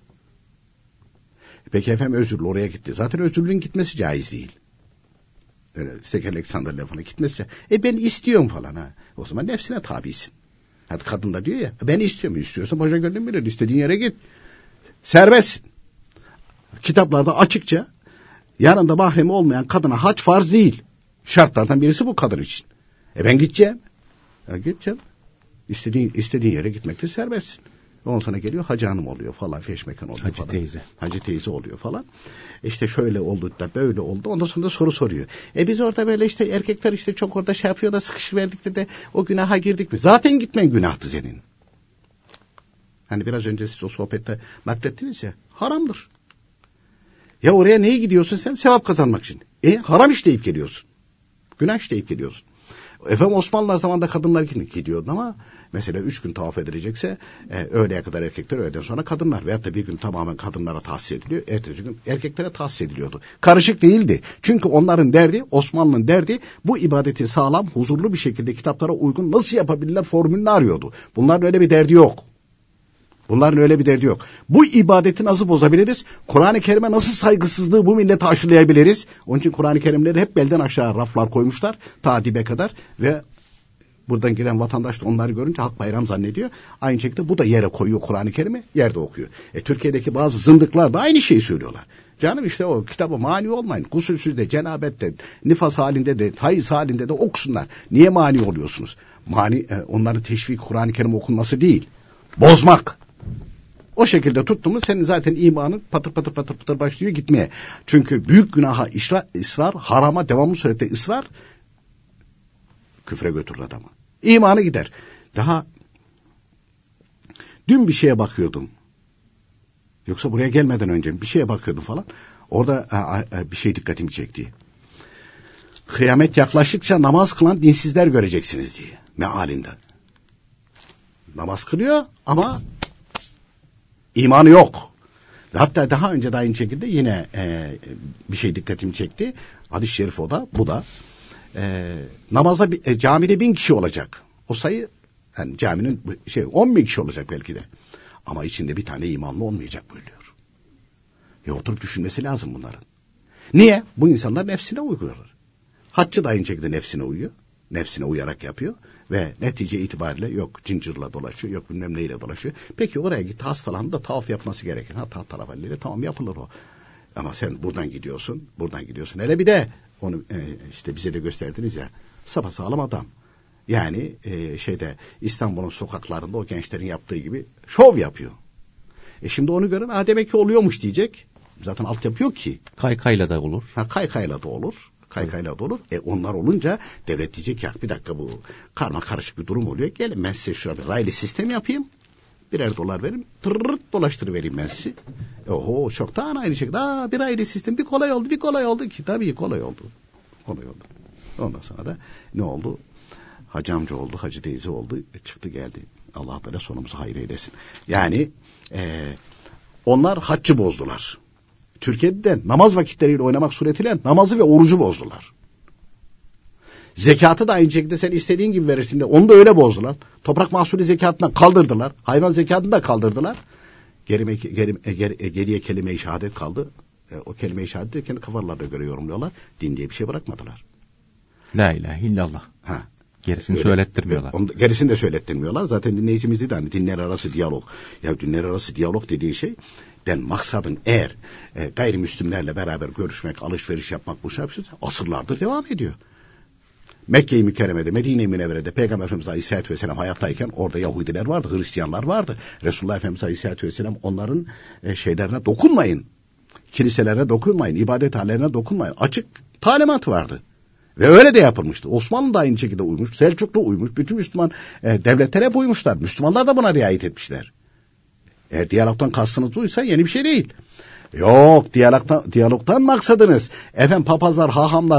Peki efendim özürlü oraya gitti. Zaten özürlünün gitmesi caiz değil. Öyle tekerlek sandalye falan gitmesi. Ben istiyorum falan ha. O zaman nefsine tabisin. Hadi kadın da diyor ya, ben istiyorum. İstiyorsan başa gönlün bilir. İstediğin yere git. Serbest. Kitaplarda açıkça yanında mahremi olmayan kadına hac farz değil. Şartlardan birisi bu kadın için. Ben gideceğim. Gideceğim. İstediğin yere gitmekte serbestsin. Ondan sonra geliyor hacı hanım oluyor falan, feşmekan oluyor hacı falan. Teyze. Hacı teyze oluyor falan. İşte şöyle oldu da böyle oldu. Ondan sonra da soru soruyor. Biz orada böyle işte erkekler işte çok orada şey yapıyor da sıkışıverdik de o günaha girdik mi? Zaten gitmen günahtı senin. Hani biraz önce siz o sohbette naklettiniz ya, haramdır. Ya oraya neye gidiyorsun sen? Sevap kazanmak için. Haram işleyip geliyorsun. Günah işleyip geliyorsun. Efendim Osmanlılar zamanında kadınlar gidiyordu ama mesela 3 gün tavaf edilecekse öğleye kadar erkekler, öğleden sonra kadınlar, veyahut da bir gün tamamen kadınlara tahsis ediliyor, ertesi gün erkeklere tahsis ediliyordu. Karışık değildi. Çünkü onların derdi, Osmanlı'nın derdi bu ibadeti sağlam, huzurlu bir şekilde kitaplara uygun nasıl yapabilirler formülünü arıyordu. Bunların öyle bir derdi yok. Bu ibadeti nasıl bozabiliriz? Kur'an-ı Kerim'e nasıl saygısızlığı bu millete aşılayabiliriz? Onun için Kur'an-ı Kerimleri hep belden aşağı raflar koymuşlar. Ta dibe kadar ve buradan giden vatandaş da onları görünce hak bayram zannediyor. Aynı şekilde bu da yere koyuyor Kur'an-ı Kerim'i, yerde okuyor. Türkiye'deki bazı zındıklar da aynı şeyi söylüyorlar. Canım işte o kitaba mani olmayın. Gusülsüz de, cenabette, nifas halinde de, hayız halinde de okusunlar. Niye mani oluyorsunuz? Onların teşvik Kur'an-ı Kerim okunması değil. Bozmak. O şekilde tuttuğumuz senin zaten imanın patır başlıyor gitmeye. Çünkü büyük günaha ısrar, harama devamlı surette ısrar küfre götürür adamı. İmanı gider. Daha dün bir şeye bakıyordum. Yoksa buraya gelmeden önce bir şeye bakıyordum falan. Orada bir şey dikkatimi çekti. Kıyamet yaklaştıkça namaz kılan dinsizler göreceksiniz diye. Mealinde. Namaz kılıyor ama İmanı yok. Hatta daha önce de aynı şekilde yine bir şey dikkatimi çekti. Hadis-i şerif bu da. Namazda camide 1000 kişi olacak. O sayı yani caminin 10.000 kişi olacak belki de. Ama içinde bir tane imanlı olmayacak buyuruyor. Oturup düşünmesi lazım bunların. Niye? Bu insanlar nefsine uygular. Haccı da aynı şekilde nefsine uyuyor. Nefsine uyarak yapıyor. Ve netice itibariyle yok cincirle dolaşıyor, yok bilmem neyle dolaşıyor. Peki oraya git, hastalandı da tavaf yapması gerekir. Tarafelliyle tamam yapılır o. Ama sen buradan gidiyorsun. Hele bir de onu işte bize de gösterdiniz ya, sapasağlam adam. Yani İstanbul'un sokaklarında o gençlerin yaptığı gibi şov yapıyor. Şimdi onu gören demek ki oluyormuş diyecek. Zaten altyapı yok ki. Kaykayla da olur. Kaykayla da olur. Onlar olunca devlet diyecek ya bir dakika bu karma karışık bir durum oluyor. Gelin ben size şurada bir raylı sistem yapayım. Birer dolar verin. Dolaştırıvereyim ben sizi. Çoktan aynı şekilde bir raylı sistem bir kolay oldu ki. Tabii kolay oldu. Ondan sonra da ne oldu? Hacı amca oldu, hacı teyze oldu. Çıktı geldi. Allah Teala sonumuzu hayır eylesin. Yani onlar haccı bozdular. Türkiye'de namaz vakitleriyle oynamak suretiyle namazı ve orucu bozdular. Zekatı da aynı şekilde sen istediğin gibi verirsin de onu da öyle bozdular. Toprak mahsulü zekatından kaldırdılar. Hayvan zekatını da kaldırdılar. Geriye kelime-i şehadet kaldı. O kelime-i şehadeti kendi kafalarına göre yorumluyorlar. Din diye bir şey bırakmadılar. La ilahe illallah. Gerisini söylettirmiyorlar. Gerisini de söylettirmiyorlar. Zaten dinleyicimiz dedi hani dinler arası diyalog. Ya dinler arası diyalog dediği şey maksadın eğer gayrimüslimlerle beraber görüşmek, alışveriş yapmak bu şey asırlardır devam ediyor. Mekke-i Mükerreme'de, Medine-i Münevvere'de Peygamber Efendimiz Aleyhisselatü Vesselam hayattayken orada Yahudiler vardı, Hristiyanlar vardı. Resulullah Efendimiz Aleyhisselatü Vesselam onların şeylerine dokunmayın. Kiliselerine dokunmayın, ibadethanelerine dokunmayın. Açık talimat vardı. Ve öyle de yapılmıştı. Osmanlı da aynı şekilde uymuş, Selçuklu uymuş, bütün Müslüman devletler hep uymuşlar. Müslümanlar da buna riayet etmişler. Eğer diyalogtan kastınız buysa yeni bir şey değil. Yok, diyalogtan maksadınız. Papazlar, hahamlar,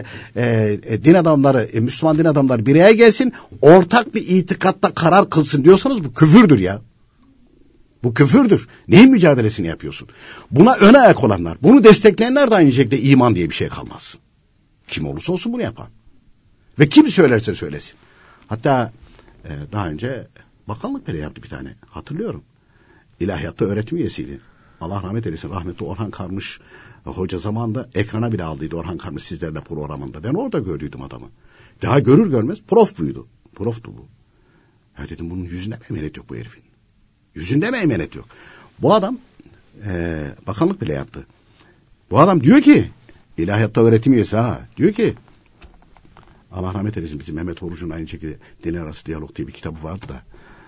din adamları, Müslüman din adamları bir araya gelsin, ortak bir itikatta karar kılsın diyorsanız bu küfürdür ya. Bu küfürdür. Neyin mücadelesini yapıyorsun? Buna ön ayak olanlar, bunu destekleyenler de aynı şekilde iman diye bir şey kalmaz. Kim olursa olsun bunu yapan. Ve kim söylerse söylesin. Hatta daha önce bakanlık bile yaptı bir tane. Hatırlıyorum. İlahiyatta öğretim üyesiydi. Allah rahmet eylesin. Rahmetli Orhan Karmış hoca zamanında ekrana bile aldıydı Orhan Karmış sizlerle programında. Ben orada gördüydüm adamı. Daha görür görmez prof buydu. Proftu bu. Ya dedim bunun yüzünde mi emanet yok bu herifin? Yüzünde mi emanet yok? Bu adam bakanlık bile yaptı. Bu adam diyor ki ilahiyatta öğretim üyesi diyor ki Allah rahmet eylesin bizim Mehmet Oruç'un aynı şekilde Dinler Arası Diyalog diye bir kitabı vardı da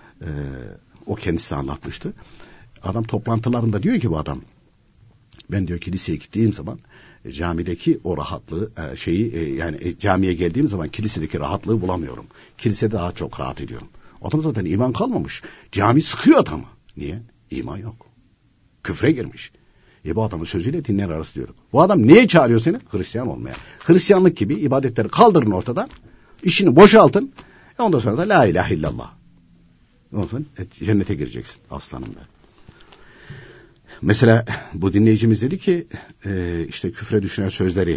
o kendisi anlatmıştı. Adam toplantılarında diyor ki bu adam ben diyor kiliseye gittiğim zaman camideki o rahatlığı yani camiye geldiğim zaman kilisedeki rahatlığı bulamıyorum. Kilisede daha çok rahat ediyorum. Adam zaten iman kalmamış. Cami sıkıyor adamı. Niye? İman yok. Küfre girmiş. Bu adamın sözüyle dinler arası diyorduk. Bu adam niye çağırıyor seni? Hristiyan olmaya. Hristiyanlık gibi ibadetleri kaldırın ortadan. İşini boşaltın. Ondan sonra da la ilahe illallah. Ondan sonra cennete gireceksin aslanım da. Mesela bu dinleyicimiz dedi ki işte küfre düşüren sözleri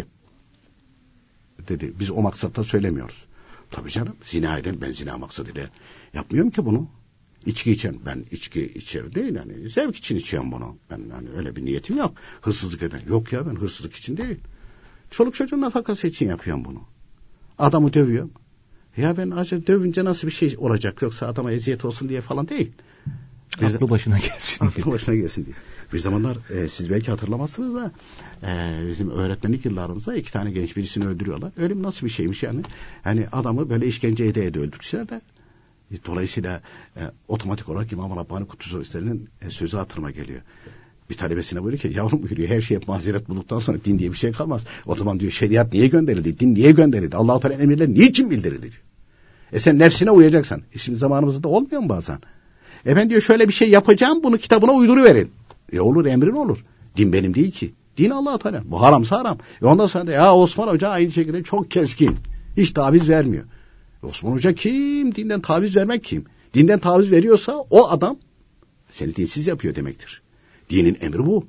dedi. Biz o maksatta söylemiyoruz. Tabii canım, zina eden, ben zina maksadıyla yapmıyorum ki bunu. İçki içen, ben içki içerim değil yani, zevk için içiyorum bunu. Ben hani öyle bir niyetim yok. Hırsızlık eden yok ya, ben hırsızlık için değil. Çoluk çocuğun nafakası için yapıyorum bunu. Adamı dövüyorum. Ya ben acaba dövünce nasıl bir şey olacak, yoksa adama eziyet olsun diye falan değil. Aklı başına gelsin diye. Aklı başına gelsin diye. Bir zamanlar siz belki hatırlamazsınız da bizim öğretmenlik yıllarımızda 2 tane genç birisini öldürüyorlar. Ölüm nasıl bir şeymiş yani. Hani adamı böyle işkence ede öldürmüşler de. Dolayısıyla otomatik olarak İmam Rabbani Kutlusu'nun sözü hatırıma geliyor. Bir talebesine buyuruyor ki, yavrum buyuruyor, her şeye mazeret bulduktan sonra din diye bir şey kalmaz. O zaman diyor, şeriat niye gönderildi, din niye gönderildi, Allah-u Teala'nın emirleri niçin bildirildi diyor. Sen nefsine uyacaksan. Şimdi zamanımızda da olmuyor mu bazen? Ben diyor şöyle bir şey yapacağım, bunu kitabına uyduruverin. Olur, emrin olur. Din benim değil ki. Din Allah-u Teala. Bu haramsa haram. Ondan sonra da ya Osman Hoca aynı şekilde çok keskin. Hiç taviz vermiyor. Osman Hoca kim? Dinden taviz vermek kim? Dinden taviz veriyorsa o adam seni dinsiz yapıyor demektir. Dinin emri bu.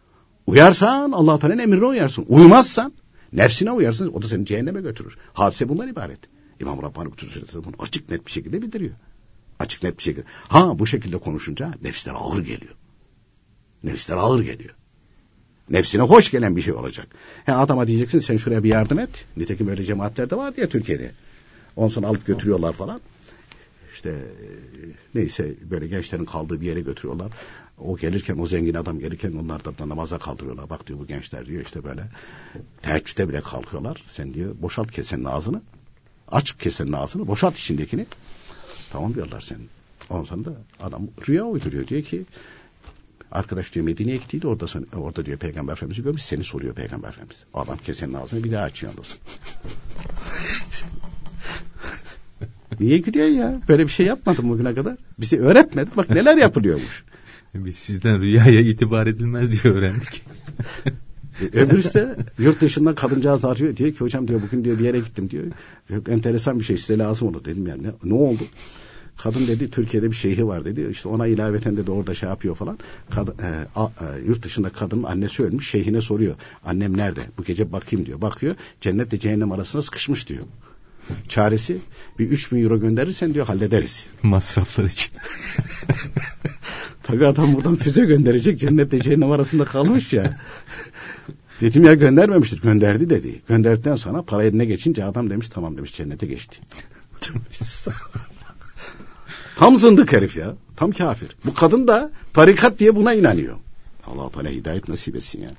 Uyarsan Allah-u Teala'nın emrine uyarsın. Uymazsan nefsine uyarsın. O da seni cehenneme götürür. Hadise bundan ibaret. İmam Rabbani Kutlusu bunu açık net bir şekilde bildiriyor. Açık net bir şekilde. Bu şekilde konuşunca nefsler ağır geliyor. Nefsler ağır geliyor. Nefsine hoş gelen bir şey olacak. Adama diyeceksin sen şuraya bir yardım et. Nitekim öyle cemaatler de vardı ya Türkiye'de. Ondan sonra alıp götürüyorlar falan. İşte neyse böyle gençlerin kaldığı bir yere götürüyorlar. O gelirken, o zengin adam gelirken onlar da namaza kaldırıyorlar. Bak diyor bu gençler diyor işte böyle teheccüde bile kalkıyorlar. Sen diyor boşalt kesenin ağzını. Aç kesenin ağzını, boşalt içindekini. Tamam diyorlar sen. Ondan sonra da adam rüya uyduruyor. Diyor ki arkadaş diyor Medine'ye gittiydi, orada diyor Peygamber Efendimiz'i görmüş, seni soruyor Peygamber Efendimiz. Adam kesenin ağzını bir daha açıyor. Niye gülüyorsun ya? Böyle bir şey yapmadım bugüne kadar. Bizi öğretmedi. Bak neler yapılıyormuş. Biz sizden rüyaya itibar edilmez diye öğrendik. Öbürüsü de yurt dışından kadıncağız arıyor. Diyor ki hocam diyor bugün diyor bir yere gittim diyor. Çok enteresan bir şey, size lazım olur dedim yani. Ne oldu? Kadın dedi Türkiye'de bir şeyhi var dedi. İşte ona ilaveten dedi orada şey yapıyor falan. Yurt dışında kadının annesi ölmüş. Şeyhine soruyor. Annem nerede? Bu gece bakayım diyor. Bakıyor. Cennetle cehennem arasına sıkışmış diyor. Çaresi bir 3.000 euro gönderirsen diyor hallederiz. Masraflar için. Tabii adam buradan füze gönderecek. Cennetle cehennem arasında kalmış ya. Dedim ya göndermemiştir. Gönderdi dedi. Gönderdikten sonra para eline geçince adam demiş tamam demiş cennete geçti. Tam zındık herif ya. Tam kafir. Bu kadın da tarikat diye buna inanıyor. Allah-u Teala hidayet nasip etsin ya.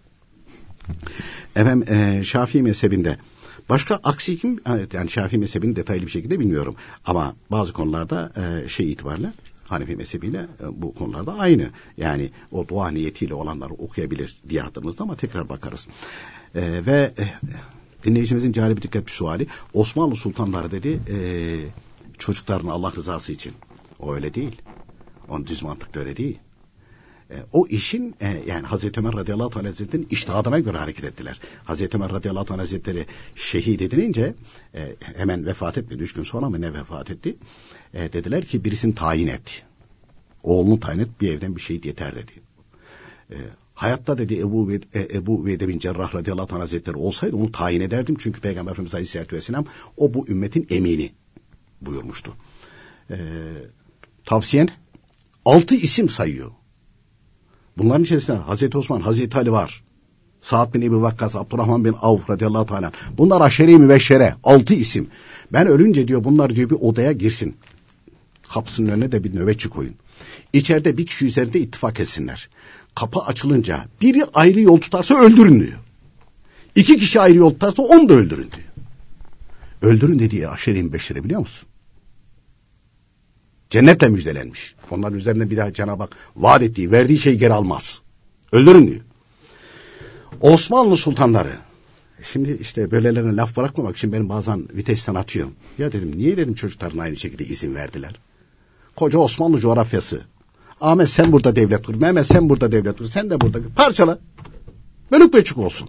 Efendim Şafii mezhebinde başka aksi kim? Yani Şafii mezhebini detaylı bir şekilde bilmiyorum. Ama bazı konularda itibariyle Hanefi mezhebiyle bu konularda aynı. Yani o dua niyetiyle olanları okuyabilir diye hatırımızda ama tekrar bakarız. Ve dinleyicimizin cari bir dikkat bir suali. Osmanlı sultanları dedi çocukların Allah rızası için. O öyle değil. Onun düz mantıklı öyle değil. O işin yani Hazreti Ömer radıyallahu anh hazretleri'nin içtihadına göre hareket ettiler. Hazreti Ömer radıyallahu anh hazretleri şehit edilince hemen vefat etmedi. 3 gün sonra mı ne vefat etti? Dediler ki birisini tayin et. Oğlunu tayin et, bir evden bir şehit yeter dedi. Hayatta dedi Ebu Ubeyde bin Cerrah radıyallahu anh hazretleri olsaydı onu tayin ederdim. Çünkü Peygamber Efendimiz aleyhissalatü vesselam o bu ümmetin emini buyurmuştu. Tavsiyen 6 isim sayıyor. Bunların içerisinde Hazreti Osman, Hazreti Ali var. Sa'd bin Ebi Vakkas, Abdurrahman bin Avf radıyallahu teala. Bunlar aşere-i mübeşşere, 6 isim. Ben ölünce diyor bunlar diyor bir odaya girsin. Kapısının önüne de bir nöbetçi koyun. İçeride bir kişi üzerinde ittifak etsinler. Kapı açılınca biri ayrı yol tutarsa öldürün diyor. 2 kişi ayrı yol tutarsa onu da öldürün diyor. Öldürün dediği aşere-i mübeşşere biliyor musun? Cennetle müjdelenmiş. Onların üzerine bir daha Cenab-ı Hak vaat ettiği, verdiği şeyi geri almaz. Öldürün diyor. Osmanlı sultanları. Şimdi işte böylelerine laf bırakmamak için benim bazen vitesten atıyorum. Ya dedim niye dedim çocukların aynı şekilde izin verdiler? Koca Osmanlı coğrafyası. Ahmet sen burada devlet kur, Mehmet sen burada devlet kur, sen de burada parçala. Bölük pöçük olsun.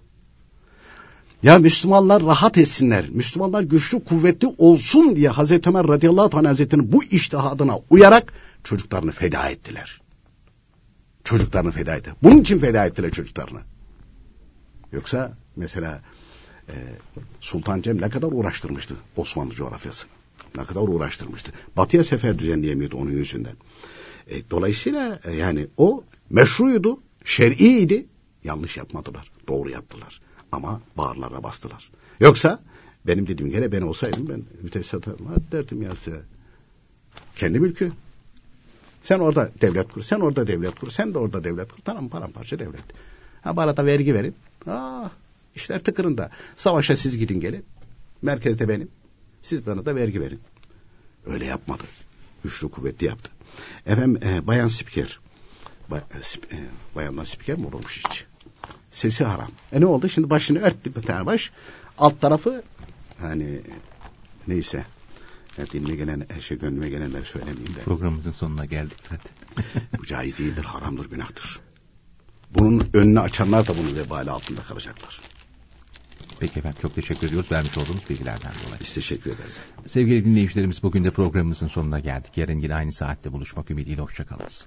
Ya Müslümanlar rahat etsinler, Müslümanlar güçlü kuvvetli olsun diye Hazreti Ömer radıyallahu anh hazretlerinin bu içtihadına uyarak çocuklarını feda ettiler. Çocuklarını feda ettiler. Bunun için feda ettiler çocuklarını. Yoksa mesela Sultan Cem ne kadar uğraştırmıştı Osmanlı coğrafyasını. Ne kadar uğraştırmıştı. Batıya sefer düzenleyemiyordu onun yüzünden. Dolayısıyla yani o meşruydu, şer'iydi. Yanlış yapmadılar, doğru yaptılar. Ama bağırlara bastılar. Yoksa benim dediğim yere ben olsaydım ben mütesatlarına derdim ya size. Kendi mülkü. Sen orada devlet kur, sen orada devlet kur, sen de orada devlet kur. Tamam paramparça devlet. Ha bana da vergi verin. İşler tıkırında. Savaşa siz gidin gelin. Merkezde benim. Siz bana da vergi verin. Öyle yapmadı. Güçlü kuvvetli yaptı. Efendim bayan spiker. Bayandan spiker mi olurmuş hiç? Sesi haram. Ne oldu? Şimdi başını örttü bir tane baş. Alt tarafı hani neyse. Dilime gelen gönlüme gelenleri söylemeyeyim de. Programımızın sonuna geldik zaten. Bu caiz değildir, haramdır, günahtır. Bunun önünü açanlar da bunun vebali altında kalacaklar. Peki efendim, çok teşekkür ediyoruz vermiş olduğunuz bilgilerden dolayı. Biz teşekkür ederiz. Sevgili dinleyicilerimiz, bugün de programımızın sonuna geldik. Yarın yine aynı saatte buluşmak ümidiyle hoşçakalınız.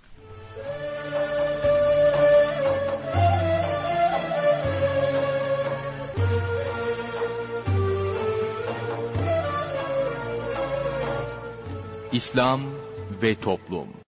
İslam ve Toplum.